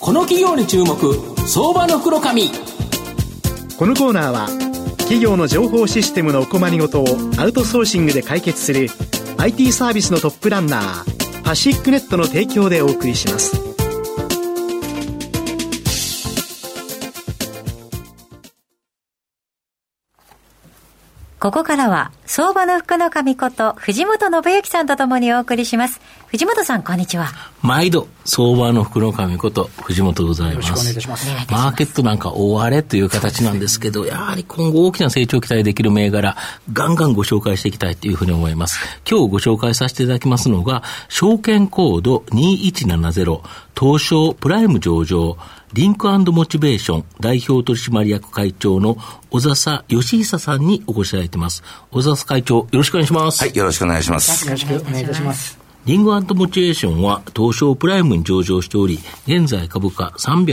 この企業に注目、相場の袋紙。 このコーナーは企業の情報システムのお困りごとをアウトソーシングで解決する IT サービスのトップランナーパシックネットの提供でお送りします。 ここからは相場の福の神こと藤本信之さんとともにお送りします。藤本さん、こんにちは。 毎度相場の福の神こと藤本でございます。 よろしくお願いいたします。 マーケットなんか大荒れという形なんですけど、やはり今後大きな成長を期待できる銘柄ガンガンご紹介していきたいというふうに思います。今日ご紹介させていただきますのが証券コード2170東証プライム上場リンク&モチベーション代表取締役会長の小笹義久さんにお越しいただいています。小笹会長、よろしくお願いします。 はい、よろしくお願いします。 よろしくお願いいたします。 リング&モチベーションは東証プライムに上場しており、現在株価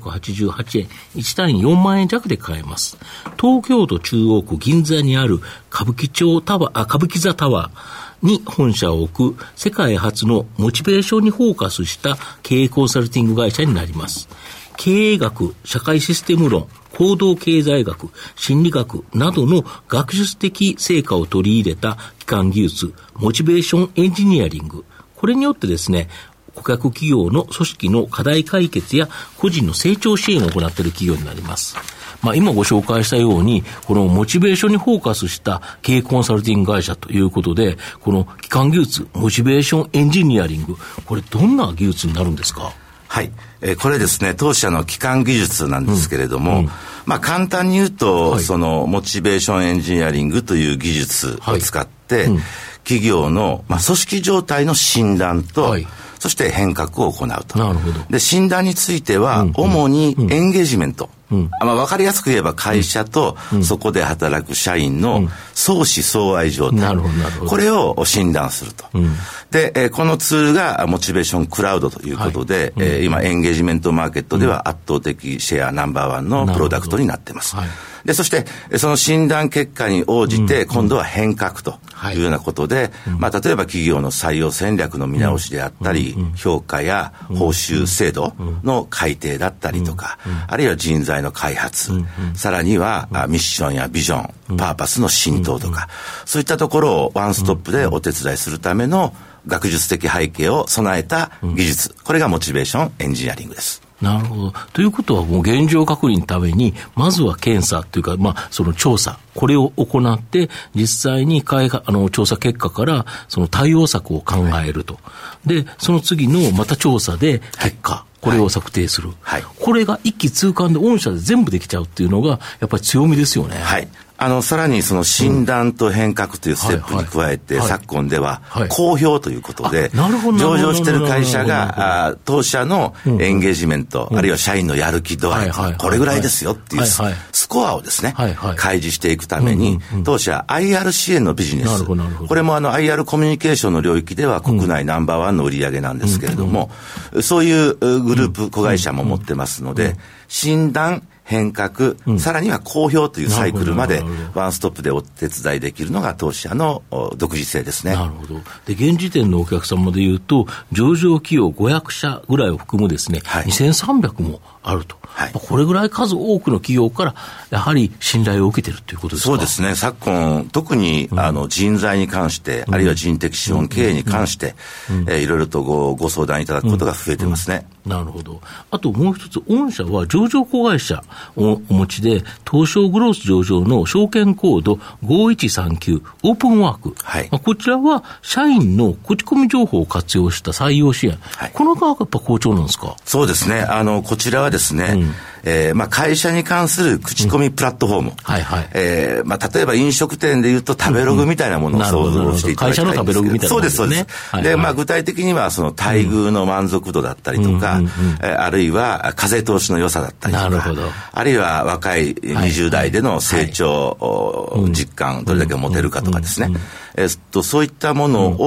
388円、1単位4万円弱で買えます。東京都中央区銀座にある歌舞伎座タワーに本社を置く世界初のモチベーションにフォーカスした経営コンサルティング会社になります。経営学、社会システム論、行動経済学、心理学などの学術的成果を取り入れた基幹技術、モチベーションエンジニアリング。これによってですね、顧客企業の組織の課題解決や個人の成長支援を行っている企業になります。今ご紹介したように、このモチベーションにフォーカスした経営コンサルティング会社ということで、この基幹技術、モチベーションエンジニアリング、これどんな技術になるんですか？ はい、これですね、当社の基幹技術なんですけれども、簡単に言うと、そのモチベーションエンジニアリングという技術を使って、企業の、組織状態の診断と、そして変革を行うと。 なるほど。 で、診断については、主にエンゲージメント。わかりやすく言えば会社とそこで働く社員の相思相愛状態、これを診断すると、で、このツールがモチベーションクラウドということで、今エンゲージメントマーケットでは圧倒的シェアナンバーワンのプロダクトになっています。で、そしてその診断結果に応じて今度は変革というようなことで、例えば企業の採用戦略の見直しであったり、評価や報酬制度の改定だったりとか、あるいは人材の開発、さらにはミッションやビジョン、パーパスの浸透とか、そういったところをワンストップでお手伝いするための学術的背景を備えた技術、これがモチベーションエンジニアリングです。 なるほど。ということはもう現状確認のために、まずは検査というか、その調査、これを行って、実際に調査結果からその対応策を考えると。で、その次のまた調査で結果、これを策定する。これが一気通貫で御社で全部できちゃうっていうのが、やっぱり強みですよね。 さらにその診断と変革というステップに加えて、昨今では公表ということで、上場している会社が当社のエンゲージメント、あるいは社員のやる気度合い、これぐらいですよっていうスコアをですね、開示していくために、当社 IR 支援のビジネス、これもIR コミュニケーションの領域では国内ナンバーワンの売り上げなんですけれども、そういうグループ子会社も持ってますので、診断、変革、さらには公表というサイクルまでワンストップでお手伝いできるのが当社の独自性ですね。 なるほど。で、現時点のお客様でいうと、上場企業500社ぐらいを含むですね、2300もあると。これぐらい数多くの企業からやはり信頼を受けているということですか？ そうですね。昨今特に人材に関して、あるいは人的資本経営に関して、いろいろとご相談いただくことが増えてますね。 なるほど。あともう一つ、御社は上場子会社をお持ちで、東証グロース上場の証券コード5139オープンワーク、こちらは社員の口コミ情報を活用した採用支援、この側がやっぱ好調なんですか？ そうですね。こちらはですね、会社に関する口コミプラットフォーム、例えば飲食店でいうと食べログみたいなものを想像していただきたいんですけど、会社の食べログみたいなものですね。そうですそうです。で、具体的にはその待遇の満足度だったりとか、あるいは風通しの良さだったりとか、あるいは若い20代での成長実感どれだけ持てるかとかですね、そういったものを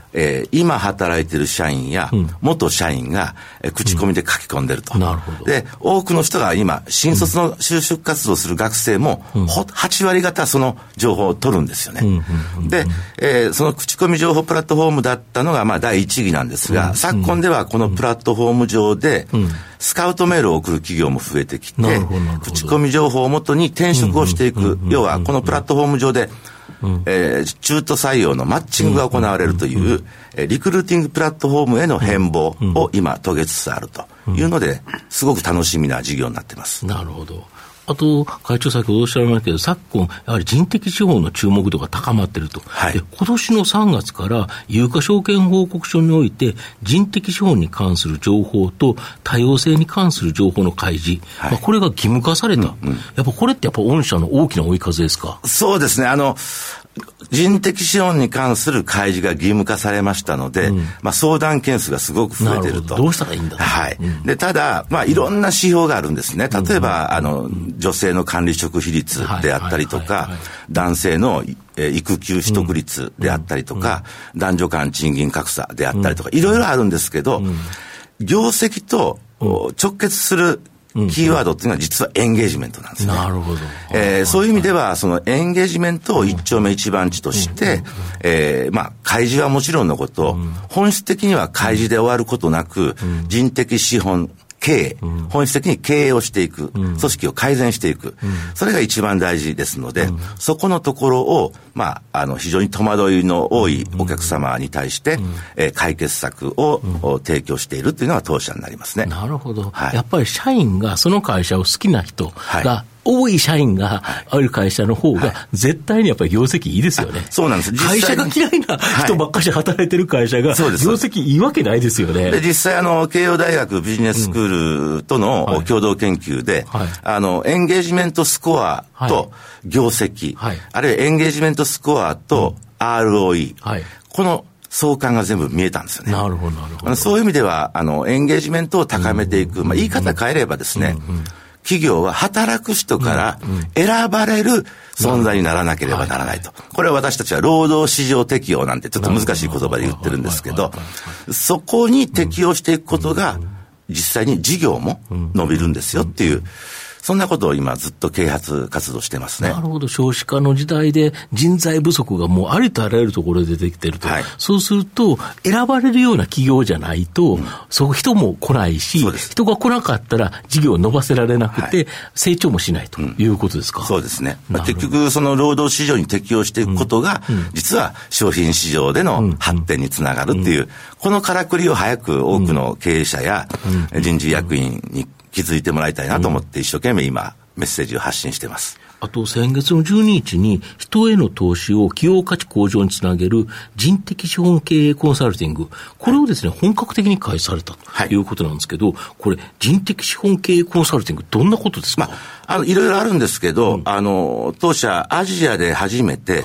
今働いている社員や元社員が、口コミで書き込んでると。 なるほど。 で、多くの人が今、新卒の就職活動する学生も、8割方その情報を取るんですよね。で、その口コミ情報プラットフォームだったのが、第一義なんですが、昨今ではこのプラットフォーム上で、スカウトメールを送る企業も増えてきて、口コミ情報をもとに転職をしていく。要は、このプラットフォーム上で、中途採用のマッチングが行われるという、リクルーティングプラットフォームへの変貌を今遂げつつあるというので、すごく楽しみな事業になっています。 なるほど。あと、会長先ほどおっしゃいましたけど、昨今、やはり人的資本の注目度が高まっていると。で、今年の3月から有価証券報告書において、人的資本に関する情報と多様性に関する情報の開示、これが義務化された。やっぱこれって御社の大きな追い風ですか？ そうですね。人的資本に関する開示が義務化されましたので、相談件数がすごく増えていると。 どうしたらいいんだ。 で、ただ、いろんな指標があるんですね。例えば、女性の管理職比率であったりとか、男性の育休取得率であったりとか、男女間賃金格差であったりとか、いろいろあるんですけど、業績と直結するキーワードっていうのは実はエンゲージメントなんですね。 なるほど。 そういう意味では、そのエンゲージメントを一丁目一番地として、開示はもちろんのこと、本質的には開示で終わることなく、人的資本、経営、本質的に経営をしていく、組織を改善していく、それが一番大事ですので、そこのところを、非常に戸惑いの多いお客様に対して、解決策を、提供しているというのが当社になりますね。 なるほど。やっぱり社員がその会社を好きな人が、多い社員がある会社の方が絶対にやっぱり業績いいですよね。 そうなんです。 会社が嫌いな人ばっかり働いてる会社が業績いいわけないですよね。 で、実際慶応大学ビジネススクールとの共同研究で、エンゲージメントスコアと業績、あるいはエンゲージメントスコアと ROE、この相関が全部見えたんですよね。 なるほど、なるほど。 そういう意味では、エンゲージメントを高めていく、言い方変えればですね、企業は働く人から選ばれる存在にならなければならないと。これは私たちは労働市場適用なんてちょっと難しい言葉で言ってるんですけど、そこに適用していくことが実際に事業も伸びるんですよっていう、そんなことを今ずっと啓発活動してますね。 なるほど。少子化の時代で人材不足がもうありとあらゆるところで出てきてると。そうすると、選ばれるような企業じゃないと、そう人も来ないし、人が来なかったら事業を伸ばせられなくて、成長もしないということですか。 そうですね。結局、その労働市場に適応していくことが、実は商品市場での発展につながるっていう、このからくりを早く多くの経営者や人事役員に気づいてもらいたいなと思って一生懸命今メッセージを発信しています。 あと先月の12日に人への投資を企業価値向上につなげる人的資本経営コンサルティング、これをですね本格的に開始されたということなんですけど、これ人的資本経営コンサルティングどんなことですか？ いろいろあるんですけど、当社アジアで初めて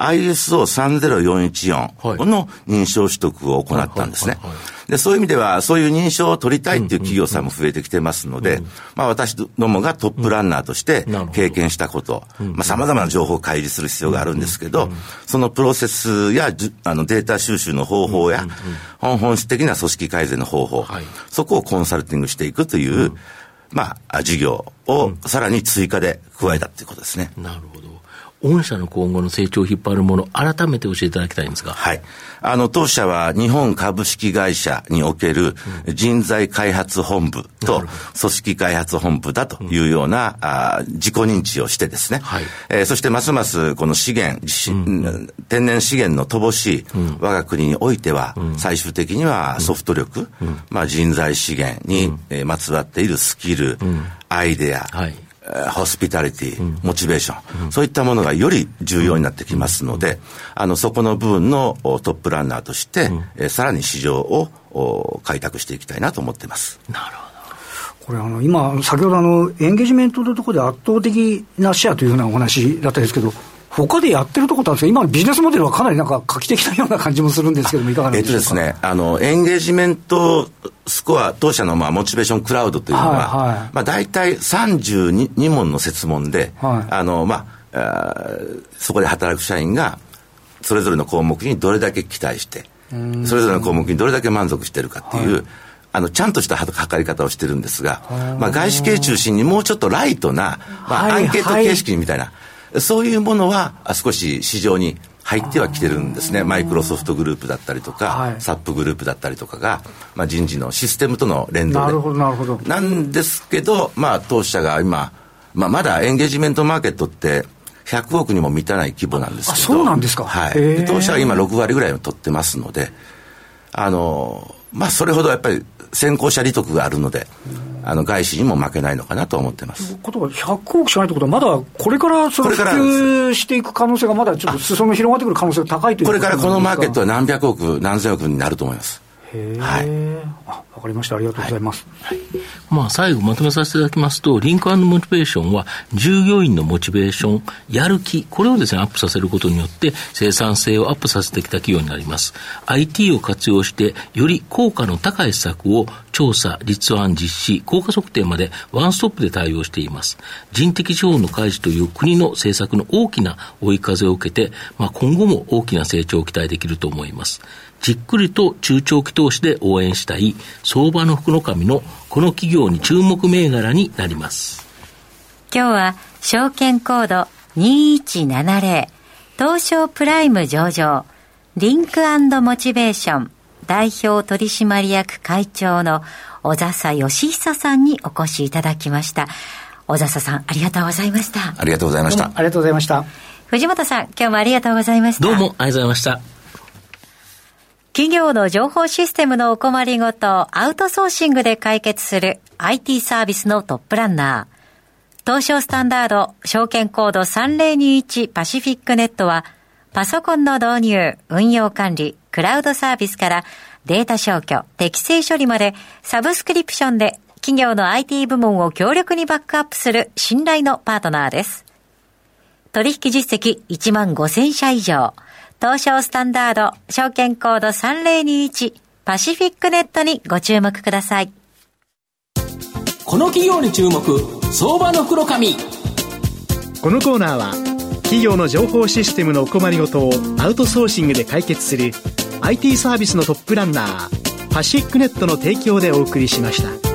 ISO30414 の認証取得を行ったんですね。で、そういう意味では、そういう認証を取りたいっていう企業さんも増えてきてますので、私どもがトップランナーとして経験したこと、様々な情報を開示する必要があるんですけど、そのプロセスやデータ収集の方法や、本質的な組織改善の方法、そこをコンサルティングしていくという、事業をさらに追加で加えたということですね。 なるほど。御社の今後の成長を引っ張るもの、改めて教えていただきたいんですが。 当社は日本株式会社における人材開発本部と組織開発本部だというような自己認知をしてですね、そしてますますこの資源、天然資源の乏しい我が国においては、最終的にはソフト力、人材資源にまつわっているスキル、アイデア、ホスピタリティ、モチベーション、そういったものがより重要になってきますので、そこの部分のトップランナーとして、さらに市場を開拓していきたいなと思っています。 なるほど。これ今、先ほどエンゲージメントのところで圧倒的なシェアというふうなお話だったんですけど、他でやってるところなんですか？今のビジネスモデルはかなり画期的なような感じもするんですけども、いかがなんでしょうか？ ですね、エンゲージメントスコア、当社のモチベーションクラウドというのは、大体32問の設問で、そこで働く社員がそれぞれの項目にどれだけ期待してそれぞれの項目にどれだけ満足しているかっていう、ちゃんとした測り方をしてるんですが、外資系中心にもうちょっとライトな、アンケート形式みたいな、そういうものは少し市場に入ってはきてるんですね。マイクロソフトグループだったりとか、サップグループだったりとかが、人事のシステムとの連動で。 なるほどなるほど。 なんですけど、当社が今、まだエンゲージメントマーケットって100億にも満たない規模なんですけど。 そうなんですか。 はい。で当社は今6割ぐらいを取ってますので、それほどやっぱり先行者利得があるので、外資にも負けないのかなと思ってます。 ということは100億しかないということは、まだこれからその普及していく可能性がまだちょっと裾野広がってくる可能性が高いということですか。 これからこのマーケットは何百億何千億になると思います。 はい、わかりました。ありがとうございます。 最後まとめさせていただきますと、リンク&モチベーションは従業員のモチベーション、やる気、これをですねアップさせることによって生産性をアップさせてきた企業になります。 IT を活用してより効果の高い施策を調査、立案、実施、効果測定までワンストップで対応しています。人的資本の開示という国の政策の大きな追い風を受けて、今後も大きな成長を期待できると思います。じっくりと中長期投資で応援したい相場の福の神のこの企業に注目銘柄になります。 今日は証券コード2170東証プライム上場リンク&モチベーション代表取締役会長の小笹義久さんにお越しいただきました。小笹さん、ありがとうございました。 ありがとうございました。 ありがとうございました。 藤本さん、今日もありがとうございました。 どうもありがとうございました。 企業の情報システムのお困りごとをアウトソーシングで解決する IT サービスのトップランナー。東証スタンダード証券コード3021パシフィックネットはパソコンの導入、運用管理、クラウドサービスからデータ消去、適正処理までサブスクリプションで企業の IT 部門を強力にバックアップする信頼のパートナーです。取引実績15,000社以上。東証スタンダード証券コード3021パシフィックネットにご注目ください。 この企業に注目、相場の福の神。 このコーナーは企業の情報システムのお困りごとをアウトソーシングで解決する IT サービスのトップランナーパシフィックネットの提供でお送りしました。